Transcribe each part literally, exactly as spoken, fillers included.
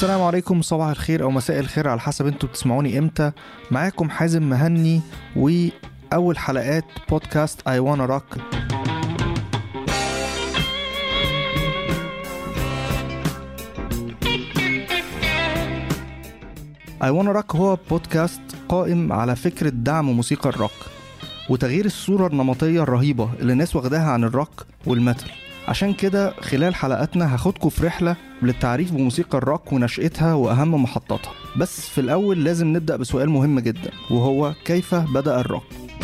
السلام عليكم، صباح الخير او مساء الخير على حسب انتوا بتسمعوني امتى. معاكم حازم مهني واول حلقات بودكاست I Wanna Rock. I Wanna Rock هو بودكاست قائم على فكرة دعم موسيقى الروك وتغيير الصورة النمطية الرهيبة اللي الناس واخداها عن الروك والميتال. عشان كده خلال حلقاتنا هاخدكم في رحلة للتعريف بموسيقى الروك ونشأتها وأهم محطاتها. بس في الأول لازم نبدأ بسؤال مهم جدا، وهو كيف بدأ الروك؟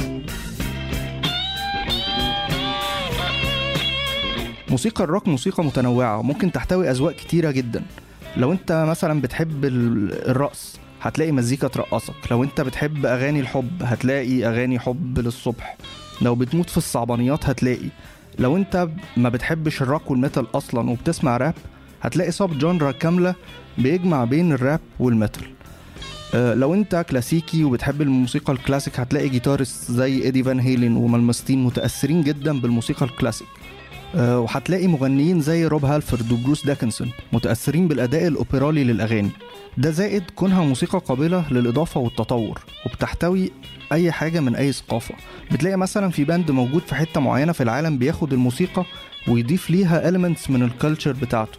موسيقى الروك موسيقى متنوعة، ممكن تحتوي أذواق كتيرة جدا. لو انت مثلا بتحب الرقص هتلاقي مزيكا ترقصك، لو انت بتحب أغاني الحب هتلاقي أغاني حب للصبح، لو بتموت في الصعبانيات هتلاقي، لو انت ما بتحبش الروك والميتال اصلا وبتسمع راب هتلاقي سب جانرا كاملة بيجمع بين الراب والميتال. اه لو انت كلاسيكي وبتحب الموسيقى الكلاسيك هتلاقي جيتارست زي ايدي فان هيلين ومالمستين متأثرين جدا بالموسيقى الكلاسيك. اه وهتلاقي مغنيين زي روب هالفورد وبروس داكنسون متأثرين بالأداء الأوبرالي للأغاني. ده زائد كونها موسيقى قابلة للإضافة والتطور وبتحتوي أي حاجة من أي ثقافة. بتلاقي مثلا في باند موجود في حتة معينة في العالم بياخد الموسيقى ويضيف ليها elements من الكالتشر بتاعته.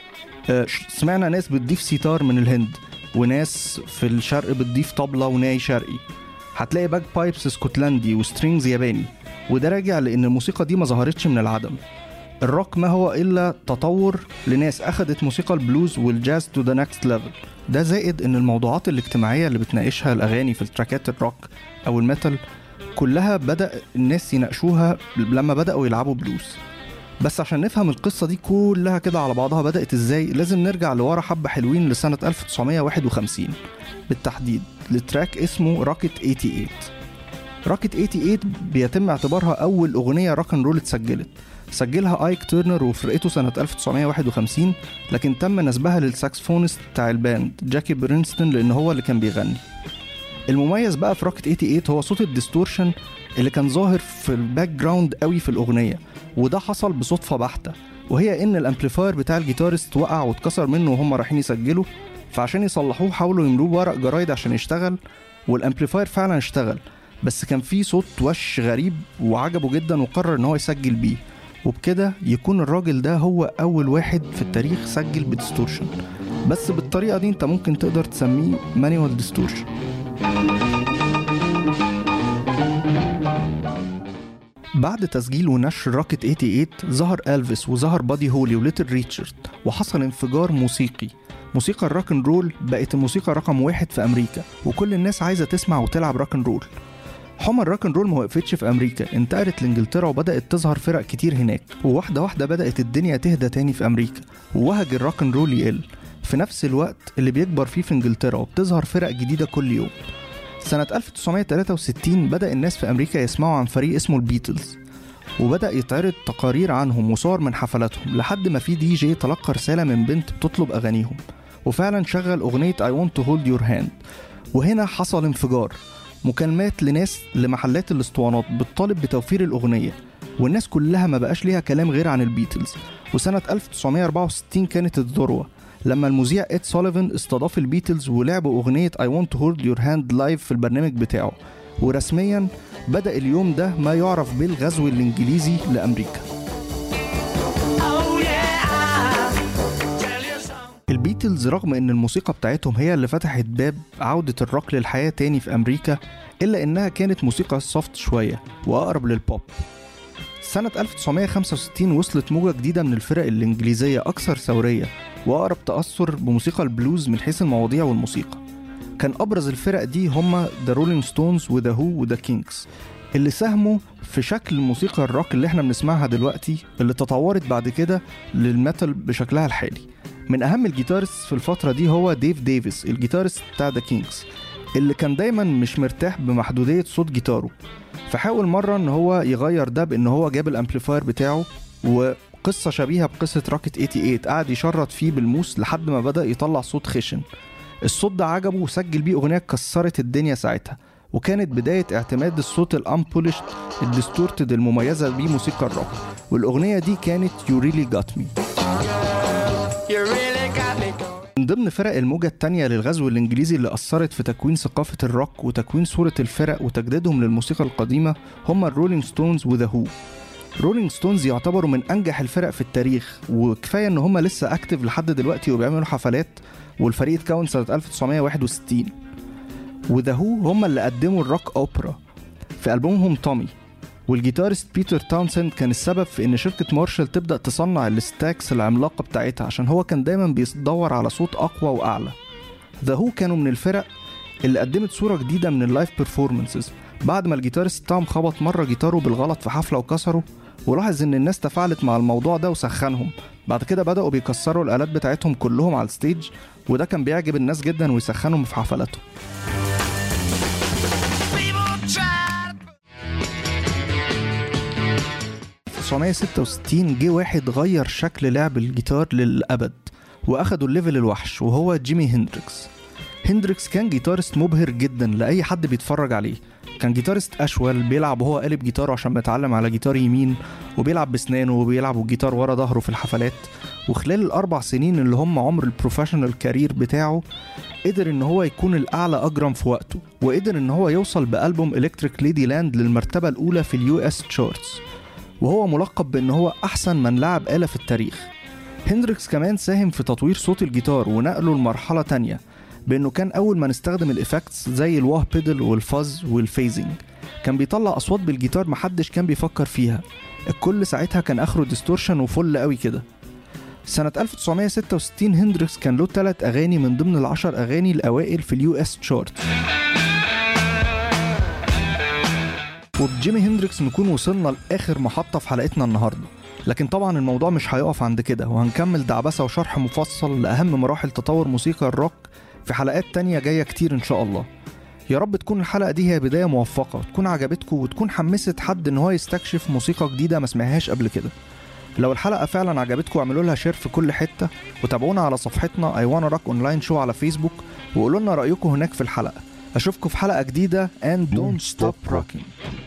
أه سمعنا ناس بتضيف سيتار من الهند، وناس في الشرق بتضيف طبلة وناي شرقي. هتلاقي باك بايبس اسكتلندي وسترينجز ياباني، وده راجع لأن الموسيقى دي ما ظهرتش من العدم. الروك ما هو إلا تطور لناس أخدت موسيقى البلوز والجاز to the next level. ده زائد ان الموضوعات الاجتماعية اللي بتناقشها الأغاني في التراكات الروك أو الميتال كلها بدأ الناس يناقشوها لما بدأوا يلعبوا بلوز. بس عشان نفهم القصة دي كلها كده على بعضها بدأت ازاي لازم نرجع لورا حبة حلوين لسنة ألف وتسعمية واحد وخمسين، بالتحديد لتراك اسمه روكت ثمانية وثمانين. روكت ثمانية وثمانين بيتم اعتبارها أول أغنية روك اند رول اتسجلت، سجلها آيك تيرنر وفرقته سنة ألف وتسعمية واحد وخمسين، لكن تم نسبها للساكسفونست بتاع الباند جاكي برينستون لأن هو اللي كان بيغني. المميز بقى في روكت ثمانية وثمانين هو صوت الديستورشن اللي كان ظاهر في الباك جراوند قوي في الأغنية، وده حصل بصدفة بحتة، وهي إن الأمبليفاير بتاع الجيتارست وقع واتكسر منه وهم رايحين يسجلوا، فعشان يصلحوه حاولوا يملوه ورق جرايد عشان يشتغل، والأمبليفاير فعلا اشتغل، بس كان فيه صوت وش غريب وعجبه جدا وقرر إن هو يسجل بيه، وبكده يكون الراجل ده هو أول واحد في التاريخ سجل بديستورشن. بس بالطريقة دي انت ممكن تقدر تسميه مانيوال ديستورشن. بعد تسجيل ونشر روكت ثمانية وثمانين ظهر ألفيس وظهر بادي هولي وليتل ريتشارد، وحصل انفجار موسيقي. موسيقى الروك اند رول بقت الموسيقى رقم واحد في أمريكا، وكل الناس عايزة تسمع وتلعب روك اند رول. حمى الروك اند رول ما وقفتش في امريكا، انتقلت لانجلترا وبدات تظهر فرق كتير هناك، وواحده واحده بدات الدنيا تهدى تاني في امريكا ووهج الروك اند رول يقل في نفس الوقت اللي بيكبر فيه في انجلترا وبتظهر فرق جديده كل يوم. سنه ألف وتسعمية وتلاتة وستين بدا الناس في امريكا يسمعوا عن فريق اسمه البيتلز، وبدا يتعرض تقارير عنهم وصور من حفلاتهم، لحد ما في دي جي تلقى رساله من بنت بتطلب اغانيهم وفعلا شغل اغنيه I Want to Hold Your Hand. وهنا حصل انفجار، مكالمات لناس لمحلات الاسطوانات بتطالب بتوفير الأغنية، والناس كلها ما بقاش ليها كلام غير عن البيتلز. وسنة ألف وتسعمية وأربعة وستين كانت الذروة لما المذيع إد سوليفان استضاف البيتلز ولعبوا أغنية I Want to Hold Your Hand لايف في البرنامج بتاعه، ورسميا بدأ اليوم ده ما يعرف بالغزو الإنجليزي لأمريكا. البيتلز رغم ان الموسيقى بتاعتهم هي اللي فتحت باب عودة الروك للحياة تاني في امريكا، الا انها كانت موسيقى سوفت شوية واقرب للبوب. سنة ألف وتسعمية وخمسة وستين وصلت موجة جديدة من الفرق الانجليزية اكثر ثورية واقرب تأثر بموسيقى البلوز من حيث المواضيع والموسيقى. كان ابرز الفرق دي هما The Rolling Stones و The Who و The Kinks، اللي ساهموا في شكل موسيقى الروك اللي احنا بنسمعها دلوقتي، اللي تطورت بعد كده للميتال بشكلها الحالي. من أهم الجيتارست في الفترة دي هو ديف ديفيس، الجيتارست بتاع ذا كينجز، اللي كان دايما مش مرتاح بمحدودية صوت جيتاره، فحاول مرة ان هو يغير ده بان هو جاب الامبليفاير بتاعه، وقصة شبيهة بقصة روكت ثمانية وثمانين قاعد يشرط فيه بالموس لحد ما بدأ يطلع صوت خشن. الصوت ده عجبه وسجل بيه أغنية كسرت الدنيا ساعتها، وكانت بداية اعتماد الصوت الامبولشت الديستورتد المميزة بيه موسيقى الروك، والأغنية دي كانت You Really Got Me. من ضمن فرق الموجة التانية للغزو الإنجليزي اللي أثرت في تكوين ثقافة الروك وتكوين صورة الفرق وتجديدهم للموسيقى القديمة هم الرولينج ستونز وذا هو. رولينج ستونز يعتبروا من أنجح الفرق في التاريخ، وكفاية إن هم لسه أكتف لحد دلوقتي وبيعملوا حفلات، والفريق اتكون سنة ألف وتسعمية واحد وستين. وذا هو هم اللي قدموا الروك أوبرا في ألبومهم تومي، والجيتارست بيتر تاونسند كان السبب في ان شركة مارشال تبدأ تصنع الستاكس العملاقة بتاعتها، عشان هو كان دايما بيدور على صوت اقوى واعلى. ذا هو كانوا من الفرق اللي قدمت صورة جديدة من اللايف بيرفورمانسز بعد ما الجيتارست بتاعهم خبط مرة جيتاره بالغلط في حفلة وكسره، ولاحظ ان الناس تفاعلت مع الموضوع ده وسخنهم. بعد كده بدأوا بيكسروا الآلات بتاعتهم كلهم على الستيج، وده كان بيعجب الناس جدا ويسخنهم في حفلاتهم. ألف وتسعمية ستة وستين جه واحد غير شكل لعب الجيتار للأبد وأخدوا الليفل الوحش، وهو جيمي هندريكس. هندريكس كان جيتارست مبهر جدا لأي حد بيتفرج عليه. كان جيتارست أشول، بيلعب وهو قلب جيتاره عشان بيتعلم على جيتار يمين، وبيلعب بسنانه وبيلعب الجيتار ورا ظهره في الحفلات. وخلال الأربع سنين اللي هم عمر البروفيشنال كارير بتاعه قدر ان هو يكون الأعلى أجرم في وقته، وقدر ان هو يوصل بألبوم إلكتريك ليدي لاند للمرتبة الأولى في اليو اس تشارتس، وهو ملقب بأنه هو أحسن من لعب آلة في التاريخ. هندريكس كمان ساهم في تطوير صوت الجيتار ونقله لمرحلة تانية، بأنه كان أول ما نستخدم الإفكتس زي الواه بيدل والفاز والفيزنج. كان بيطلع أصوات بالجيتار محدش كان بيفكر فيها، الكل ساعتها كان آخره ديستورشن وفل قوي كده. سنة ألف وتسعمية ستة وستين هندريكس كان له ثلاث أغاني من ضمن العشر أغاني الأوائل في اليو اس تشارت. وبجيمي هندريكس نكون وصلنا لآخر محطة في حلقتنا النهاردة، لكن طبعا الموضوع مش هيقف عند كده، وهنكمل دعبسة وشرح مفصل لأهم مراحل تطور موسيقى الروك في حلقات تانية جاية كتير إن شاء الله. يا رب تكون الحلقة دي هي بداية موفقة وتكون عجبتكم وتكون حمست حد إن هو يستكشف موسيقى جديدة ما سمعهاش قبل كده. لو الحلقة فعلا عجبتكم اعملوا لها شير في كل حتة، وتابعونا على صفحتنا I Wanna Rock Online Show على فيسبوك، وقولوا لنا رأيكم هناك في الحلقة. أشوفكم في حلقة جديدة and don't stop rocking.